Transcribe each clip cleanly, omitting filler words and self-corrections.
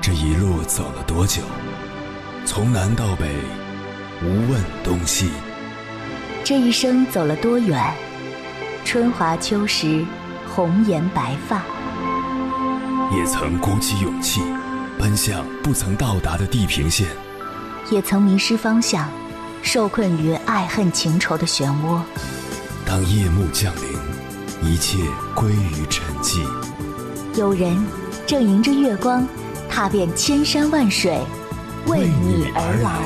这一路走了多久？从南到北，无问东西。 这一生走了多远？春华秋实，红颜白发。 也曾鼓起勇气，奔向不曾到达的地平线。 也曾迷失方向，受困于爱恨情仇的漩涡。 当夜幕降临，一切归于沉寂。 有人正迎着月光，踏遍千山万水，为你而来。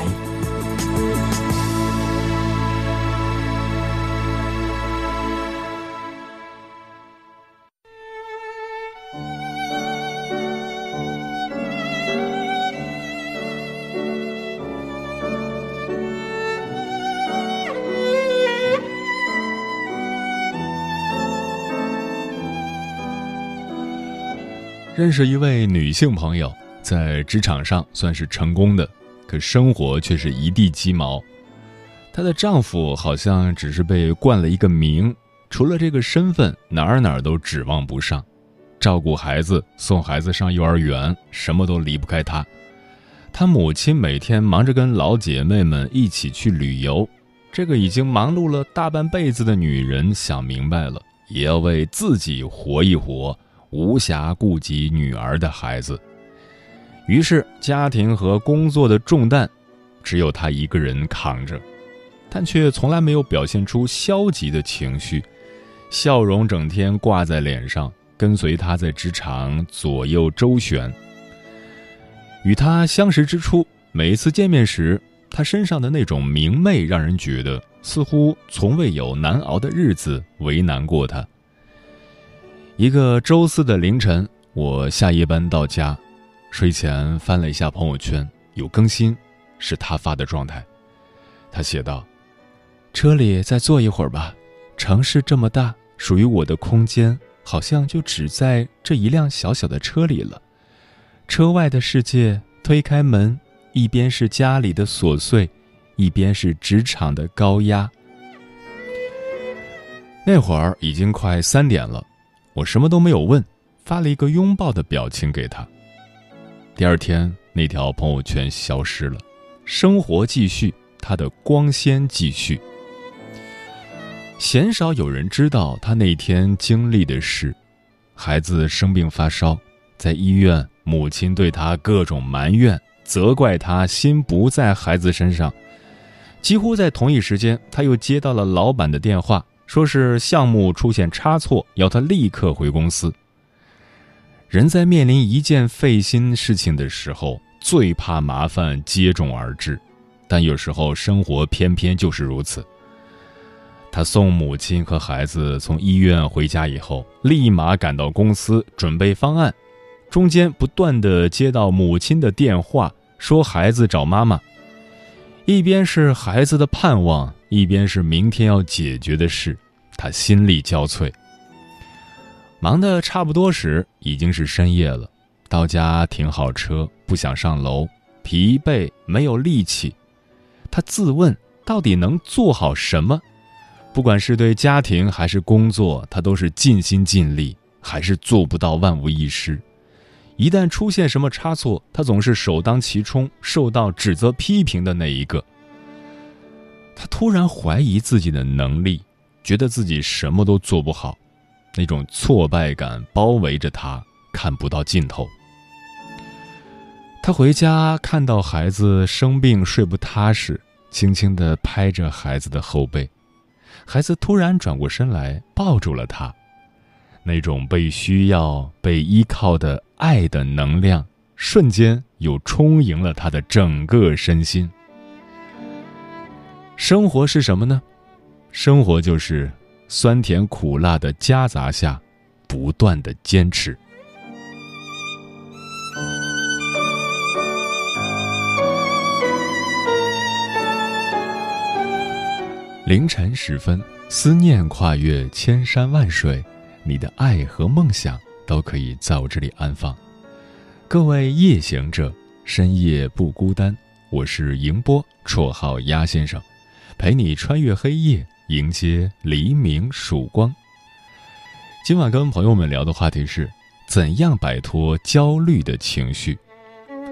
认识一位女性朋友，在职场上算是成功的，可生活却是一地鸡毛。她的丈夫好像只是被冠了一个名，除了这个身份，哪儿都指望不上。照顾孩子，送孩子上幼儿园，什么都离不开她。她母亲每天忙着跟老姐妹们一起去旅游，这个已经忙碌了大半辈子的女人想明白了，也要为自己活一活，无暇顾及女儿的孩子。于是家庭和工作的重担只有她一个人扛着，但却从来没有表现出消极的情绪，笑容整天挂在脸上，跟随她在职场左右周旋。与她相识之初，每一次见面时，她身上的那种明媚让人觉得似乎从未有难熬的日子为难过她。一个周四的凌晨，我下夜班到家，睡前翻了一下朋友圈，有更新，是他发的状态。他写道：车里再坐一会儿吧，城市这么大，属于我的空间好像就只在这一辆小小的车里了。车外的世界，推开门，一边是家里的琐碎，一边是职场的高压。那会儿已经快3点了，我什么都没有问，发了一个拥抱的表情给他。第二天，那条朋友圈消失了，生活继续，他的光鲜继续。鲜少有人知道他那天经历的事：孩子生病发烧，在医院，母亲对他各种埋怨，责怪他心不在孩子身上。几乎在同一时间，他又接到了老板的电话，说是项目出现差错，要他立刻回公司。人在面临一件费心事情的时候，最怕麻烦接踵而至，但有时候生活偏偏就是如此。他送母亲和孩子从医院回家以后，立马赶到公司准备方案，中间不断地接到母亲的电话，说孩子找妈妈。一边是孩子的盼望，一边是明天要解决的事，他心力交瘁。忙得差不多时，已经是深夜了，到家停好车，不想上楼，疲惫没有力气。他自问到底能做好什么，不管是对家庭还是工作，他都是尽心尽力，还是做不到万无一失。一旦出现什么差错，他总是首当其冲，受到指责批评的那一个。他突然怀疑自己的能力，觉得自己什么都做不好，那种挫败感包围着他，看不到尽头。他回家看到孩子生病睡不踏实，轻轻地拍着孩子的后背，孩子突然转过身来抱住了他。那种被需要、被依靠的爱的能量，瞬间又充盈了他的整个身心。生活是什么呢？生活就是酸甜苦辣的夹杂下，不断的坚持。凌晨时分，思念跨越千山万水，你的爱和梦想都可以在我这里安放。各位夜行者，深夜不孤单，我是迎波，绰号鸭先生，陪你穿越黑夜，迎接黎明曙光。今晚跟朋友们聊的话题是：怎样摆脱焦虑的情绪？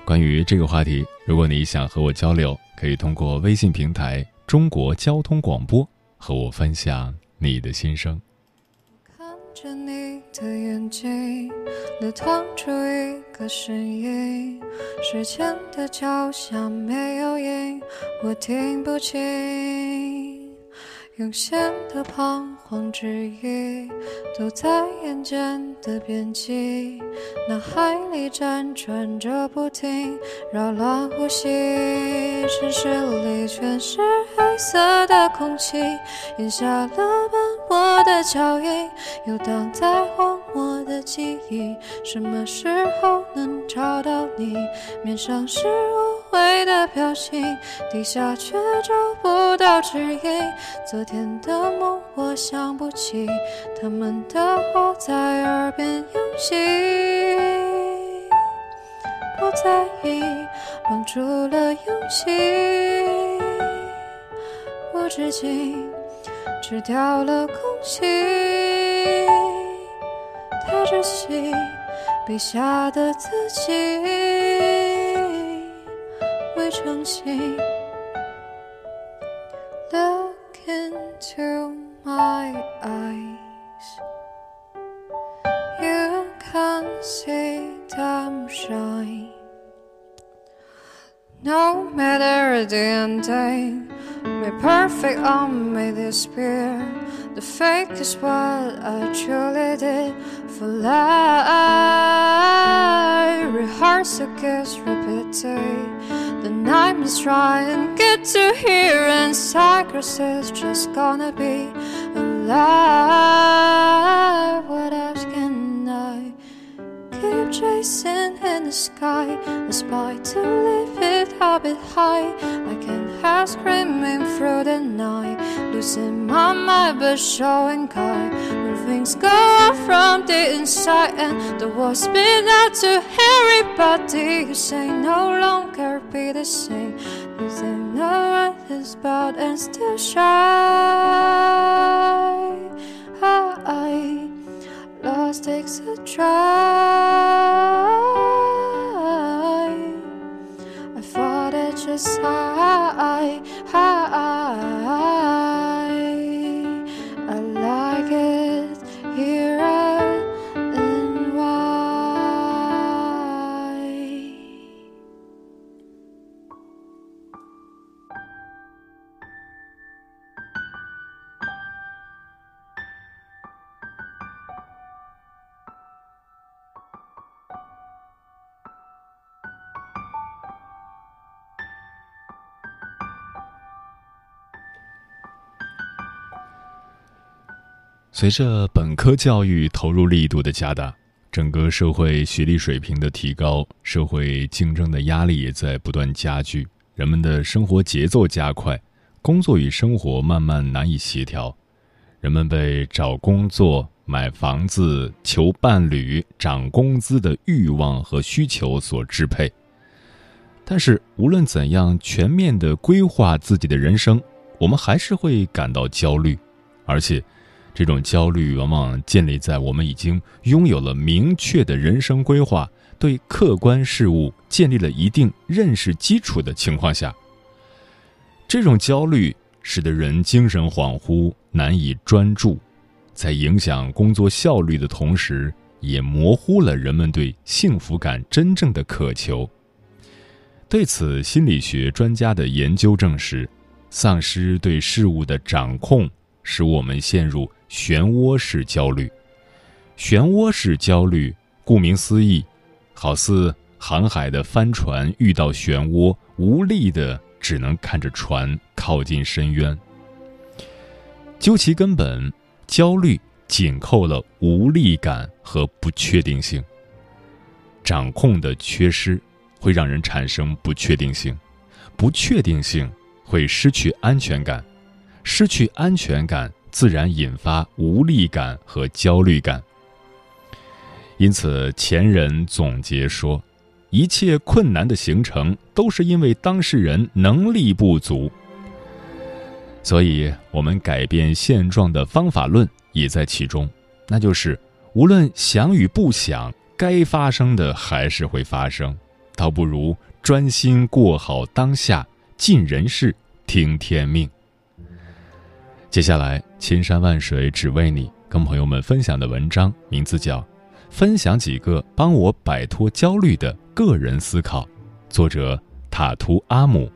关于这个话题，如果你想和我交流，可以通过微信平台中国交通广播和我分享你的心声。 看着你的眼睛流淌出一个身影，时间的脚下没有影，我听不清，涌现的彷徨之意都在眼间的边际，脑海里辗转着不停，扰乱呼吸，城市里全是黑色的空气，咽下了斑驳的脚印，游荡在荒漠的记忆，什么时候能找到你？面上是无悔的表情，底下却找不到指引，昨天的梦我想不起，他们的话在耳边涌起，不在意绑住了勇气，无止境吃掉了空气，太窒息笔下的自己，未成形。 Look into my eyes, you can see them shine. No matter the ending, me perfect or may despair, the fake is what I truly did for life. Rehearse against repeating, the nightmares try and get to here, and sacrifice just gonna be alive. What else can I keep chasing in the sky? Aspire to live it up it high. I can't help screaming through the night, losing my mind but showing kind. When things go out from the inside and the words spin out to everybody, you say no longer be the same. You think no one is bad and still shy. I lost takes a try. I thought it just I like it here and why. 随着本科教育投入力度的加大，整个社会学历水平的提高，社会竞争的压力也在不断加剧，人们的生活节奏加快，工作与生活慢慢难以协调，人们被找工作、买房子、求伴侣、涨工资的欲望和需求所支配。但是无论怎样全面地规划自己的人生，我们还是会感到焦虑，而且这种焦虑往往建立在我们已经拥有了明确的人生规划，对客观事物建立了一定认识基础的情况下。这种焦虑使得人精神恍惚，难以专注，在影响工作效率的同时，也模糊了人们对幸福感真正的渴求。对此，心理学专家的研究证实，丧失对事物的掌控使我们陷入漩涡式焦虑。漩涡式焦虑顾名思义，好似航海的帆船遇到漩涡，无力的只能看着船靠近深渊。究其根本，焦虑紧扣了无力感和不确定性。掌控的缺失会让人产生不确定性，不确定性会失去安全感，失去安全感自然引发无力感和焦虑感。因此，前人总结说，一切困难的形成都是因为当事人能力不足。所以，我们改变现状的方法论也在其中，那就是无论想与不想，该发生的还是会发生， 倒不如专心过好当下，尽人事，听天命。接下来，千山万水只为你，跟朋友们分享的文章名字叫《分享几个帮我摆脱焦虑的个人思考》，作者塔图阿姆。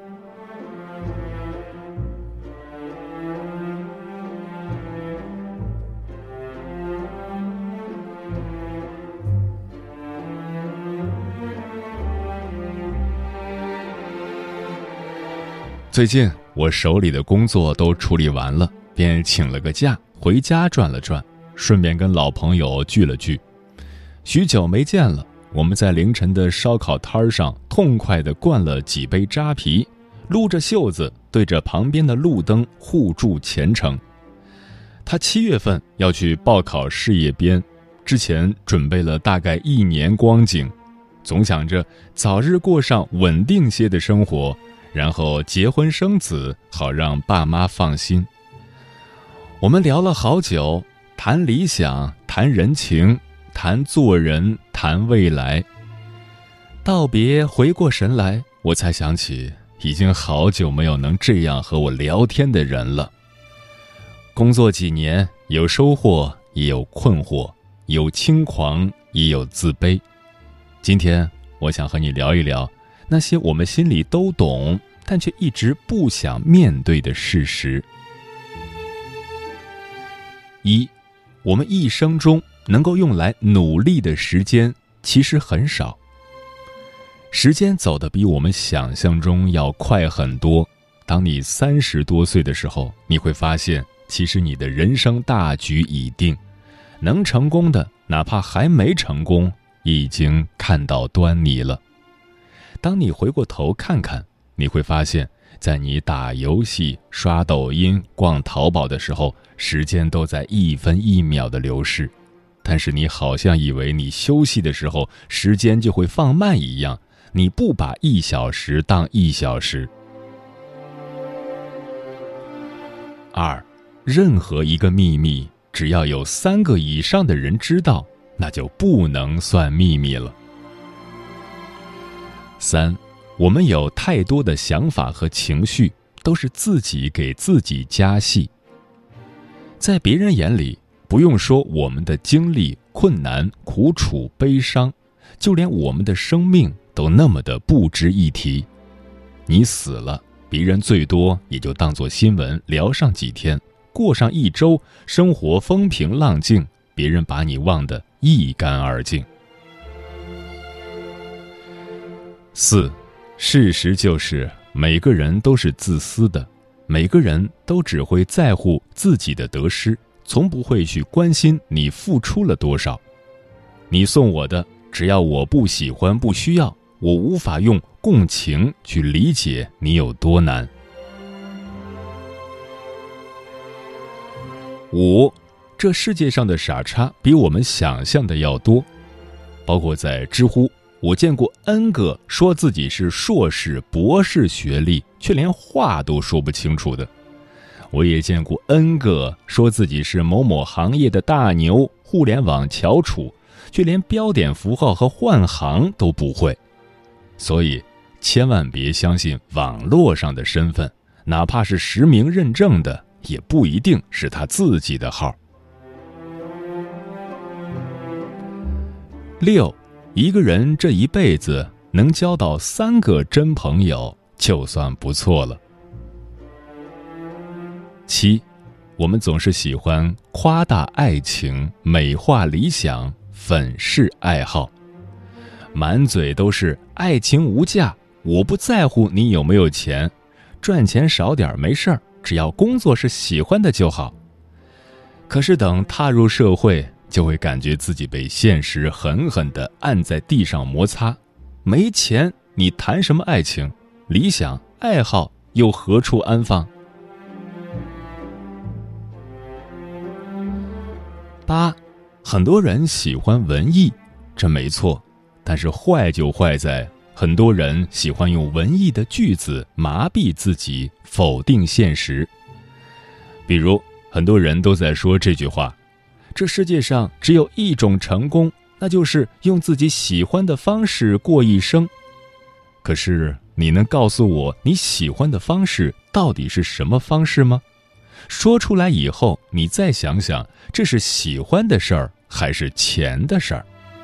最近我手里的工作都处理完了，便请了个假回家转了转，顺便跟老朋友聚了聚。许久没见了，我们在凌晨的烧烤摊上痛快地灌了几杯扎啤，撸着袖子对着旁边的路灯互助前程。他7月份要去报考事业编，之前准备了大概1年光景，总想着早日过上稳定些的生活，然后结婚生子，好让爸妈放心。我们聊了好久，谈理想，谈人情，谈做人，谈未来。道别回过神来，我才想起已经好久没有能这样和我聊天的人了。工作几年，有收获，也有困惑，有轻狂，也有自卑。今天我想和你聊一聊那些我们心里都懂，但却一直不想面对的事实。1，我们一生中能够用来努力的时间其实很少。时间走得比我们想象中要快很多。当你30多岁的时候，你会发现，其实你的人生大局已定，能成功的，哪怕还没成功，已经看到端倪了。当你回过头看看，你会发现，在你打游戏、刷抖音、逛淘宝的时候，时间都在1分1秒的流逝。但是你好像以为你休息的时候，时间就会放慢一样，你不把1小时当1小时。2，任何一个秘密，只要有3个以上的人知道，那就不能算秘密了。3，我们有太多的想法和情绪，都是自己给自己加戏。在别人眼里，不用说我们的经历、困难、苦楚、悲伤，就连我们的生命都那么的不值一提。你死了，别人最多也就当作新闻聊上几天，过上1周，生活风平浪静，别人把你忘得一干二净。4，事实就是每个人都是自私的，每个人都只会在乎自己的得失，从不会去关心你付出了多少。你送我的，只要我不喜欢不需要，我无法用共情去理解你有多难。5，这世界上的傻叉比我们想象的要多，包括在知乎，我见过 N 个说自己是硕士、博士学历，却连话都说不清楚的。我也见过 N 个说自己是某某行业的大牛、互联网翘楚，却连标点符号和换行都不会。所以，千万别相信网络上的身份，哪怕是实名认证的，也不一定是他自己的号。6，一个人这一辈子能交到3个真朋友，就算不错了。7，我们总是喜欢夸大爱情，美化理想，粉饰爱好，满嘴都是爱情无价，我不在乎你有没有钱，赚钱少点没事儿，只要工作是喜欢的就好。可是等踏入社会，就会感觉自己被现实狠狠地按在地上摩擦。没钱，你谈什么爱情？理想、爱好又何处安放？8，很多人喜欢文艺，这没错，但是坏就坏在很多人喜欢用文艺的句子麻痹自己，否定现实。比如，很多人都在说这句话：这世界上只有一种成功， 那就是用自己喜欢的方式过一生。可是你能告诉我你喜欢的方式到底是什么方式吗？说出来以后，你再想想，这是喜欢的事儿还是钱的事儿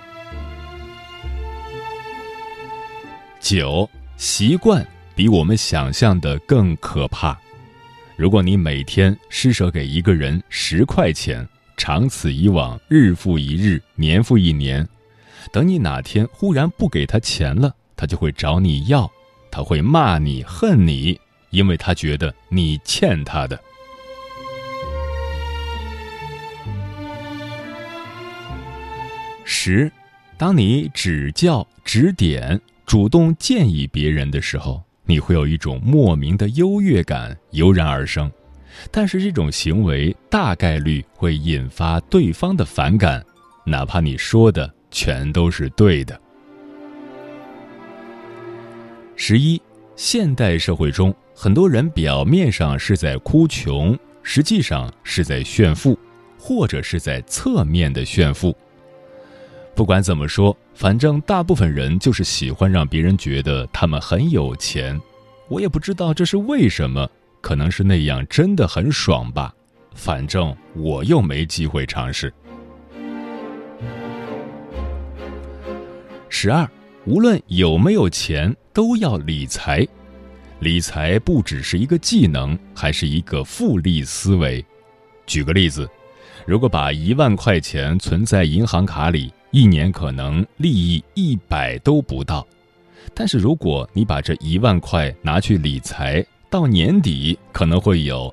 ？9. 习惯比我们想象的更可怕。如果你每天施舍给一个人10块钱，长此以往，日复一日，年复一年，等你哪天忽然不给他钱了，他就会找你要，他会骂你恨你，因为他觉得你欠他的。10. 当你指教、指点、主动建议别人的时候，你会有一种莫名的优越感油然而生，但是这种行为大概率会引发对方的反感，哪怕你说的全都是对的。11. 现代社会中，很多人表面上是在哭穷，实际上是在炫富，或者是在侧面的炫富。不管怎么说，反正大部分人就是喜欢让别人觉得他们很有钱。我也不知道这是为什么，可能是那样真的很爽吧，反正我又没机会尝试。12. 无论有没有钱，都要理财。理财不只是一个技能，还是一个复利思维。举个例子，如果把1万块钱存在银行卡里，1年可能利益100都不到，但是如果你把这1万块拿去理财，到年底可能会有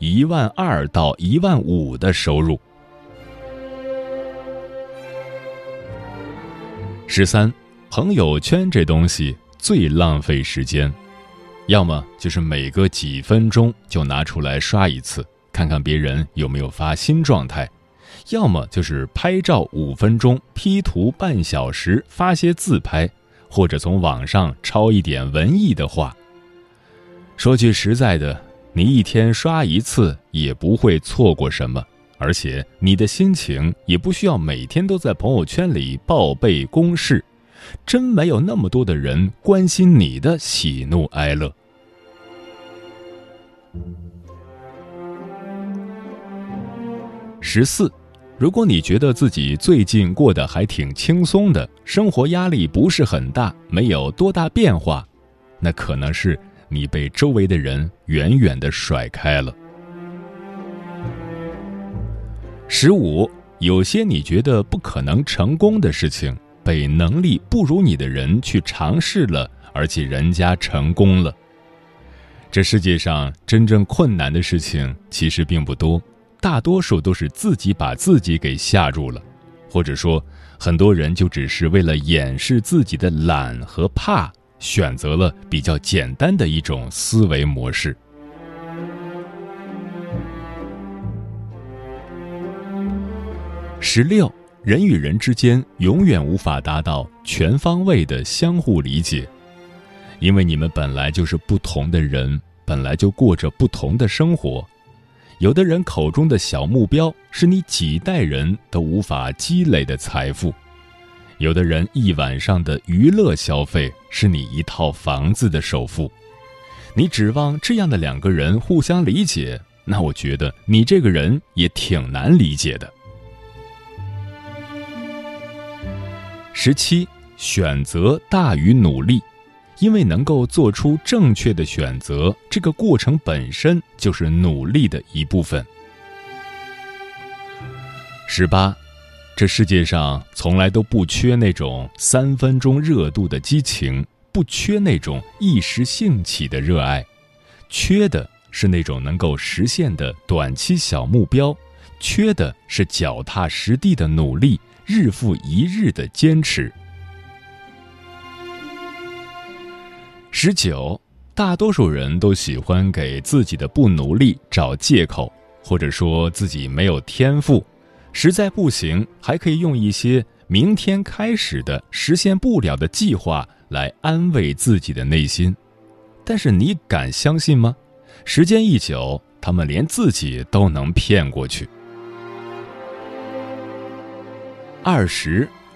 12000到15000的收入。13. 朋友圈这东西最浪费时间，要么就是每隔几分钟就拿出来刷一次，看看别人有没有发新状态，要么就是拍照5分钟，P 图半小时，发些自拍，或者从网上抄一点文艺的话。说句实在的，你一天刷一次也不会错过什么，而且你的心情也不需要每天都在朋友圈里报备公事，真没有那么多的人关心你的喜怒哀乐。14. 如果你觉得自己最近过得还挺轻松的，生活压力不是很大，没有多大变化，那可能是你被周围的人远远地甩开了。15. 有些你觉得不可能成功的事情，被能力不如你的人去尝试了，而且人家成功了。这世界上真正困难的事情其实并不多，大多数都是自己把自己给吓住了，或者说很多人就只是为了掩饰自己的懒和怕，选择了比较简单的一种思维模式。16. 人与人之间永远无法达到全方位的相互理解，因为你们本来就是不同的人，本来就过着不同的生活。有的人口中的小目标是你几代人都无法积累的财富，有的人一晚上的娱乐消费是你一套房子的首付。你指望这样的2个人互相理解，那我觉得你这个人也挺难理解的。17. 选择大于努力，因为能够做出正确的选择，这个过程本身就是努力的一部分。18. 这世界上从来都不缺那种3分钟热度的激情，不缺那种一时兴起的热爱，缺的是那种能够实现的短期小目标，缺的是脚踏实地的努力，日复一日的坚持。19. 大多数人都喜欢给自己的不努力找借口，或者说自己没有天赋，实在不行还可以用一些明天开始的实现不了的计划来安慰自己的内心。但是你敢相信吗？时间一久，他们连自己都能骗过去。20.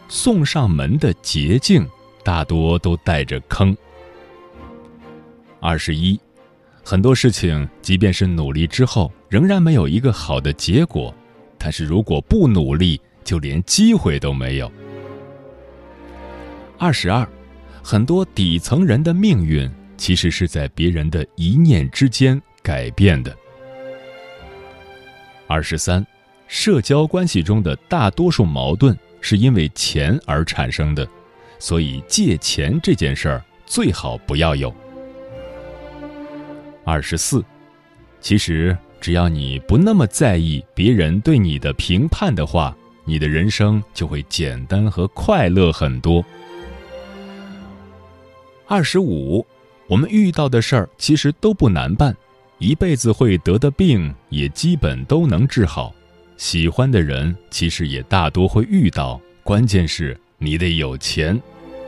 送上门的捷径大多都带着坑。21，很多事情即便是努力之后仍然没有一个好的结果，但是如果不努力，就连机会都没有。22，很多底层人的命运其实是在别人的一念之间改变的。23，社交关系中的大多数矛盾是因为钱而产生的，所以借钱这件事儿最好不要有。24，其实只要你不那么在意别人对你的评判的话，你的人生就会简单和快乐很多。25，我们遇到的事儿其实都不难办，一辈子会得的病也基本都能治好，喜欢的人其实也大多会遇到，关键是你得有钱。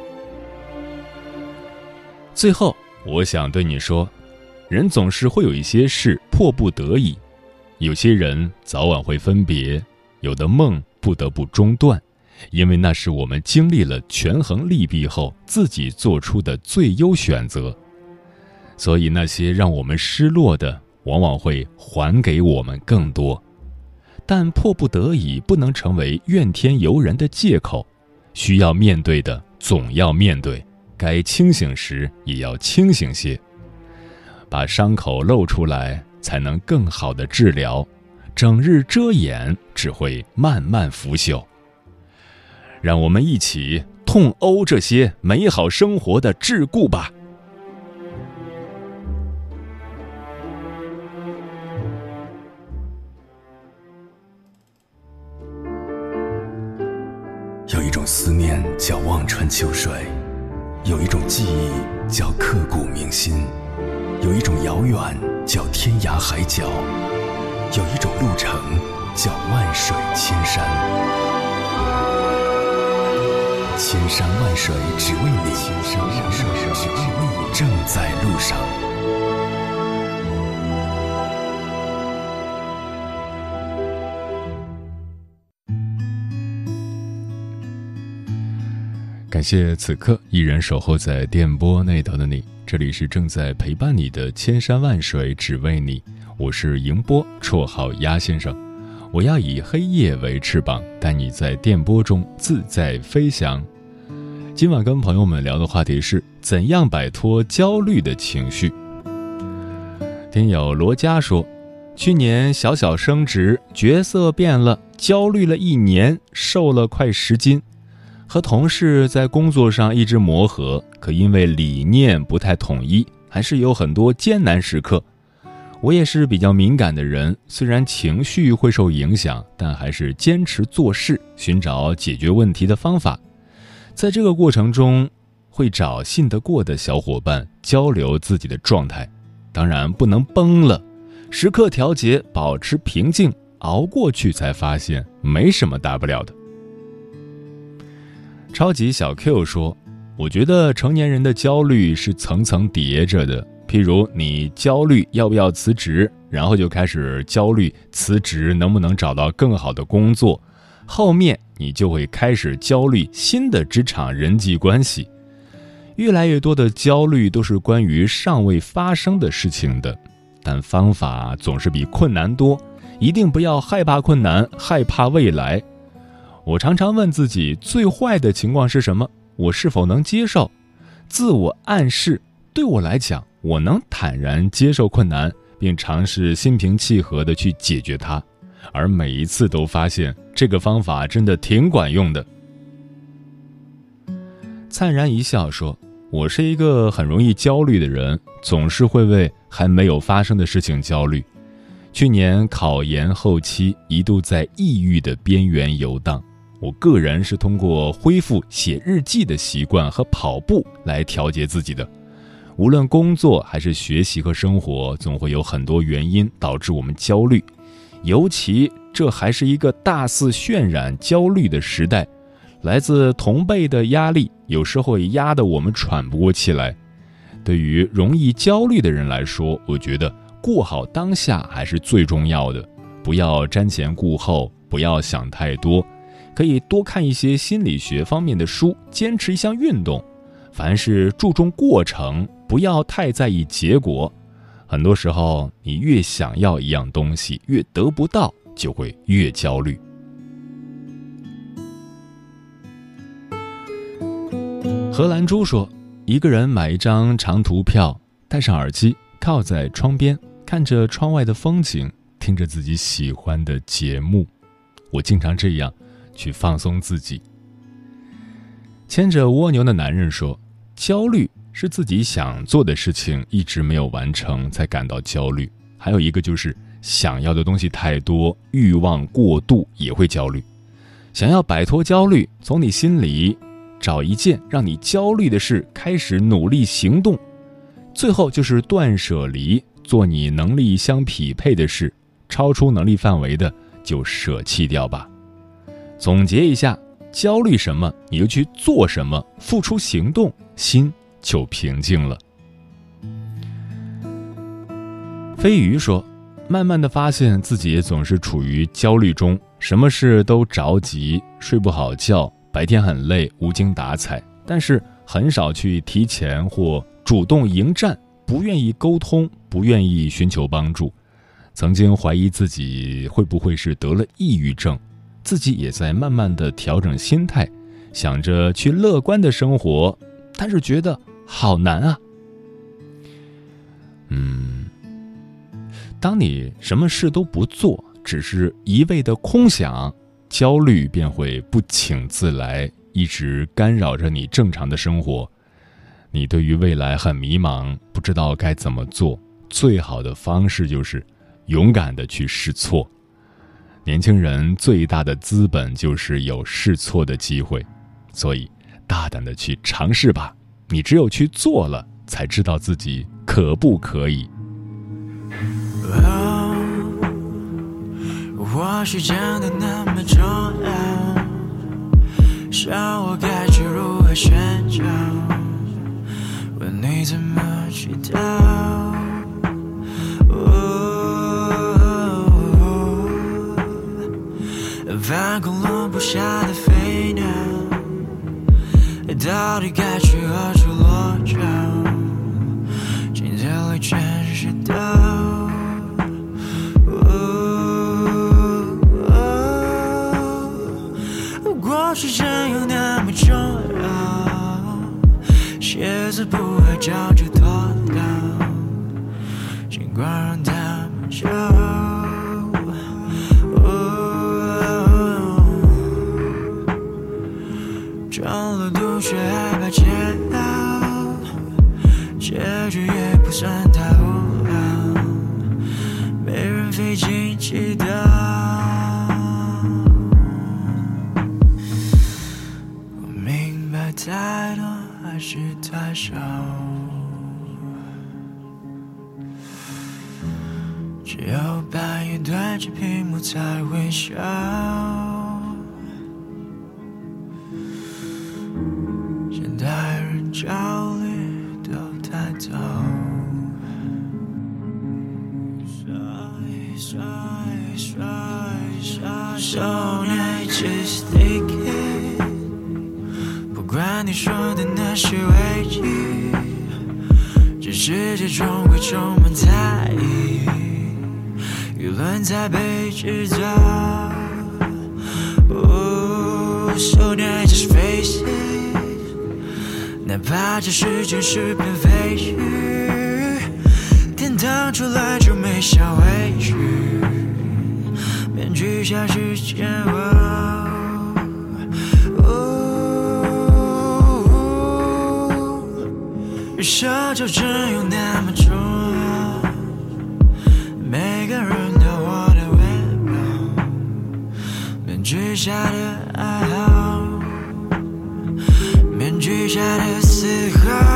最后，我想对你说，人总是会有一些事迫不得已，有些人早晚会分别，有的梦不得不中断，因为那是我们经历了权衡利弊后自己做出的最优选择。所以那些让我们失落的，往往会还给我们更多。但迫不得已不能成为怨天尤人的借口，需要面对的总要面对，该清醒时也要清醒些。把伤口露出来，才能更好的治疗，整日遮掩只会慢慢腐朽。让我们一起痛殴这些美好生活的桎梏吧。 有一种思念叫望穿秋水，有一种记忆叫刻骨铭心，有一种遥远叫天涯海角，有一种路程叫万水千山。千山万水只为你，正在路上。 感谢此刻依然守候在电波那头的你，这里是正在陪伴你的千山万水只为你，我是迎波，绰号鸭先生。我要以黑夜为翅膀，带你在电波中自在飞翔。今晚跟朋友们聊的话题是怎样摆脱焦虑的情绪。听友罗佳说，去年小升职，角色变了，焦虑了1年，瘦了快10斤。和同事在工作上一直磨合，可因为理念不太统一，还是有很多艰难时刻。我也是比较敏感的人，虽然情绪会受影响，但还是坚持做事，寻找解决问题的方法。在这个过程中，会找信得过的小伙伴交流自己的状态，当然不能崩了，时刻调节，保持平静，熬过去才发现没什么大不了的。超级小 Q 说，我觉得成年人的焦虑是层层叠着的，譬如你焦虑要不要辞职，然后就开始焦虑辞职能不能找到更好的工作，后面你就会开始焦虑新的职场人际关系。越来越多的焦虑都是关于尚未发生的事情的，但方法总是比困难多，一定不要害怕困难，害怕未来。我常常问自己，最坏的情况是什么？我是否能接受？自我暗示，对我来讲，我能坦然接受困难，并尝试心平气和地去解决它。而每一次都发现，这个方法真的挺管用的。灿然一笑说，我是一个很容易焦虑的人，总是会为还没有发生的事情焦虑。去年考研后期，一度在抑郁的边缘游荡。我个人是通过恢复写日记的习惯和跑步来调节自己的。无论工作还是学习和生活，总会有很多原因导致我们焦虑，尤其这还是一个大肆渲染焦虑的时代，来自同辈的压力有时候也压得我们喘不过气来。对于容易焦虑的人来说，我觉得过好当下还是最重要的，不要瞻前顾后，不要想太多， 可以多看一些心理学方面的书，坚持一项运动。凡是注重过程，不要太在意结果。很多时候，你越想要一样东西，越得不到，就会越焦虑。荷兰猪说，一个人买一张长途票，戴上耳机，靠在窗边，看着窗外的风景，听着自己喜欢的节目。我经常这样去放松自己。牵着蜗牛的男人说，焦虑是自己想做的事情一直没有完成才感到焦虑，还有一个就是想要的东西太多，欲望过度也会焦虑。想要摆脱焦虑，从你心里找一件让你焦虑的事，开始努力行动。最后就是断舍离，做你能力相匹配的事，超出能力范围的就舍弃掉吧。总结一下，焦虑什么你就去做什么，付出行动，心就平静了。飞鱼说，慢慢地发现自己也总是处于焦虑中，什么事都着急，睡不好觉，白天很累，无精打采，但是很少去提前或主动迎战，不愿意沟通，不愿意寻求帮助。曾经怀疑自己会不会是得了抑郁症，自己也在慢慢地调整心态，想着去乐观的生活，但是觉得好难啊。当你什么事都不做，只是一味的空想，焦虑便会不请自来，一直干扰着你正常的生活。你对于未来很迷茫，不知道该怎么做，最好的方式就是勇敢地去试错。年轻人最大的资本就是有试错的机会，所以大胆地去尝试吧，你只有去做了，才知道自己可不可以。 或许真的那么重要，像我该去如何寻找，问你怎么知道。翻空笼不下的飞鸟，到底该去何处落脚，镜子里全是刀。过去真有那么重要，鞋子不会照着脱掉，尽管让他们笑。中了毒却害怕煎熬，结局也不算太无聊，没人费劲祈祷。太多还是太少，只有半夜对着屏幕才微笑，现代人焦虑都太早。So nice to stick it，不管你说的那些危机，这世界终会充满猜疑，舆论在被制造。So now just face it， 哪怕这世界是片废墟，天堂出来就没想回去，面具下是煎熬。社交真有那么重要，每个人都活得微妙，面具下的爱好，面具下的思考。